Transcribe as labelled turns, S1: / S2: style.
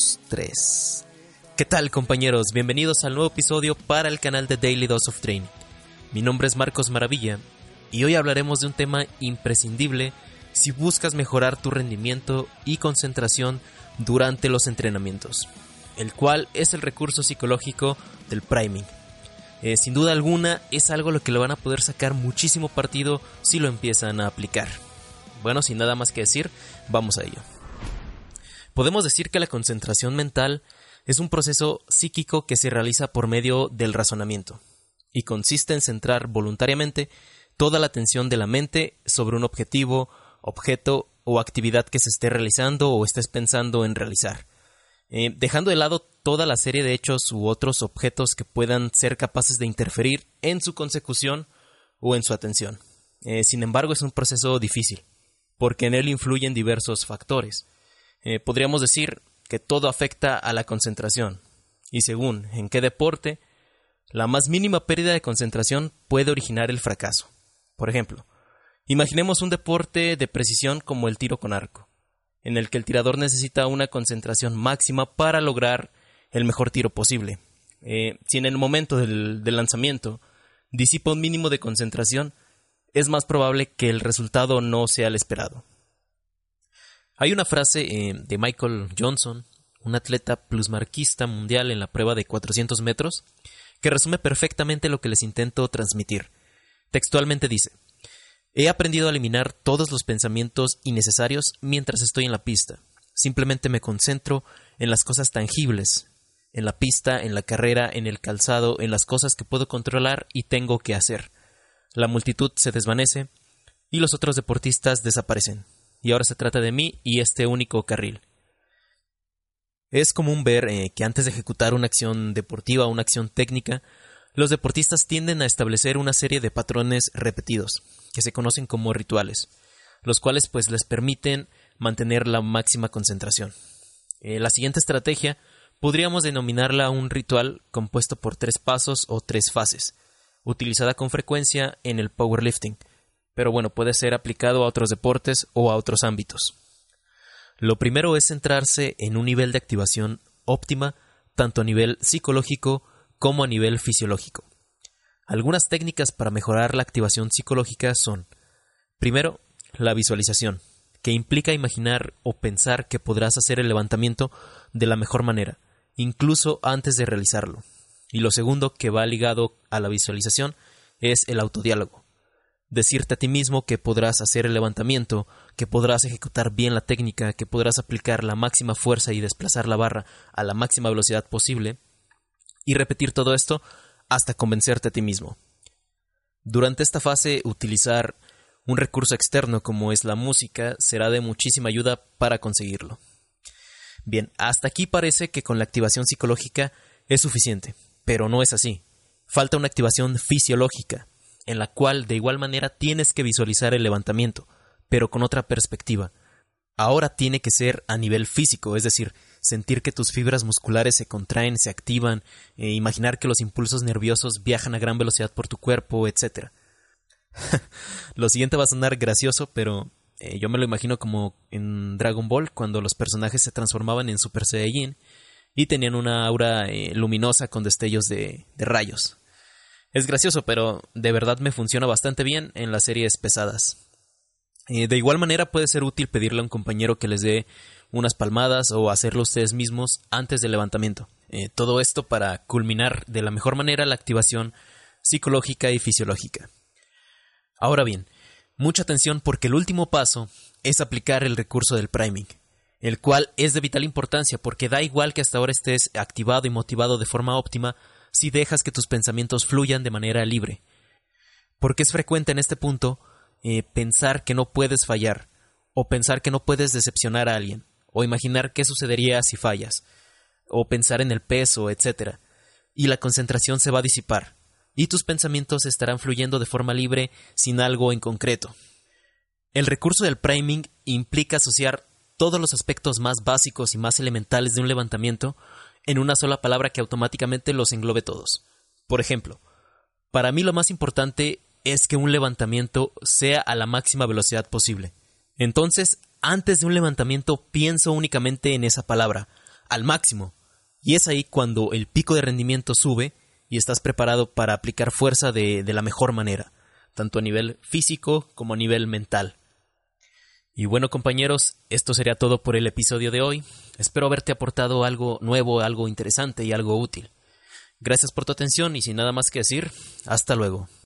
S1: 2, 3. ¿Qué tal, compañeros? Bienvenidos al nuevo episodio para el canal de Daily Dose of Training. Mi nombre es Marcos Maravilla y hoy hablaremos de un tema imprescindible si buscas mejorar tu rendimiento y concentración durante los entrenamientos, el cual es el recurso psicológico del priming. Sin duda alguna es algo a lo que le van a poder sacar muchísimo partido si lo empiezan a aplicar. Bueno, sin nada más que decir, vamos a ello. Podemos decir que la concentración mental es un proceso psíquico que se realiza por medio del razonamiento y consiste en centrar voluntariamente toda la atención de la mente sobre un objetivo, objeto o actividad que se esté realizando o estés pensando en realizar, dejando de lado toda la serie de hechos u otros objetos que puedan ser capaces de interferir en su consecución o en su atención. Sin embargo, es un proceso difícil, porque en él influyen diversos factores. Podríamos decir que todo afecta a la concentración, y según en qué deporte, la más mínima pérdida de concentración puede originar el fracaso. Por ejemplo, imaginemos un deporte de precisión como el tiro con arco, en el que el tirador necesita una concentración máxima para lograr el mejor tiro posible. Si en el momento del lanzamiento disipa un mínimo de concentración, es más probable que el resultado no sea el esperado. Hay una frase de Michael Johnson, un atleta plusmarquista mundial en la prueba de 400 metros, que resume perfectamente lo que les intento transmitir. Textualmente dice: he aprendido a eliminar todos los pensamientos innecesarios mientras estoy en la pista. Simplemente me concentro en las cosas tangibles, en la pista, en la carrera, en el calzado, en las cosas que puedo controlar y tengo que hacer. La multitud se desvanece y los otros deportistas desaparecen. Y ahora se trata de mí y este único carril. Es común ver que antes de ejecutar una acción deportiva o una acción técnica, los deportistas tienden a establecer una serie de patrones repetidos, que se conocen como rituales, los cuales pues les permiten mantener la máxima concentración. La siguiente estrategia podríamos denominarla un ritual compuesto por 3 pasos o 3 fases, utilizada con frecuencia en el powerlifting, pero bueno, puede ser aplicado a otros deportes o a otros ámbitos. Lo primero es centrarse en un nivel de activación óptima, tanto a nivel psicológico como a nivel fisiológico. Algunas técnicas para mejorar la activación psicológica son: primero, la visualización, que implica imaginar o pensar que podrás hacer el levantamiento de la mejor manera, incluso antes de realizarlo. Y lo segundo, que va ligado a la visualización, es el autodiálogo. Decirte a ti mismo que podrás hacer el levantamiento, que podrás ejecutar bien la técnica, que podrás aplicar la máxima fuerza y desplazar la barra a la máxima velocidad posible, y repetir todo esto hasta convencerte a ti mismo. Durante esta fase, utilizar un recurso externo como es la música será de muchísima ayuda para conseguirlo. Bien, hasta aquí parece que con la activación psicológica es suficiente, pero no es así. Falta una activación fisiológica, en la cual de igual manera tienes que visualizar el levantamiento, pero con otra perspectiva. Ahora tiene que ser a nivel físico, es decir, sentir que tus fibras musculares se contraen, se activan, imaginar que los impulsos nerviosos viajan a gran velocidad por tu cuerpo, etc. Lo siguiente va a sonar gracioso, pero yo me lo imagino como en Dragon Ball, cuando los personajes se transformaban en Super Saiyajin y tenían una aura luminosa con destellos de rayos. Es gracioso, pero de verdad me funciona bastante bien en las series pesadas. De igual manera puede ser útil pedirle a un compañero que les dé unas palmadas o hacerlo ustedes mismos antes del levantamiento. Todo esto para culminar de la mejor manera la activación psicológica y fisiológica. Ahora bien, mucha atención porque el último paso es aplicar el recurso del priming, el cual es de vital importancia porque da igual que hasta ahora estés activado y motivado de forma óptima si dejas que tus pensamientos fluyan de manera libre. Porque es frecuente en este punto pensar que no puedes fallar, o pensar que no puedes decepcionar a alguien, o imaginar qué sucedería si fallas, o pensar en el peso, etc. Y la concentración se va a disipar, y tus pensamientos estarán fluyendo de forma libre sin algo en concreto. El recurso del priming implica asociar todos los aspectos más básicos y más elementales de un levantamiento en una sola palabra que automáticamente los englobe todos. Por ejemplo, para mí lo más importante es que un levantamiento sea a la máxima velocidad posible. Entonces, antes de un levantamiento pienso únicamente en esa palabra, al máximo. Y es ahí cuando el pico de rendimiento sube y estás preparado para aplicar fuerza de la mejor manera, tanto a nivel físico como a nivel mental. Y bueno, compañeros, esto sería todo por el episodio de hoy. Espero haberte aportado algo nuevo, algo interesante y algo útil. Gracias por tu atención y sin nada más que decir, hasta luego.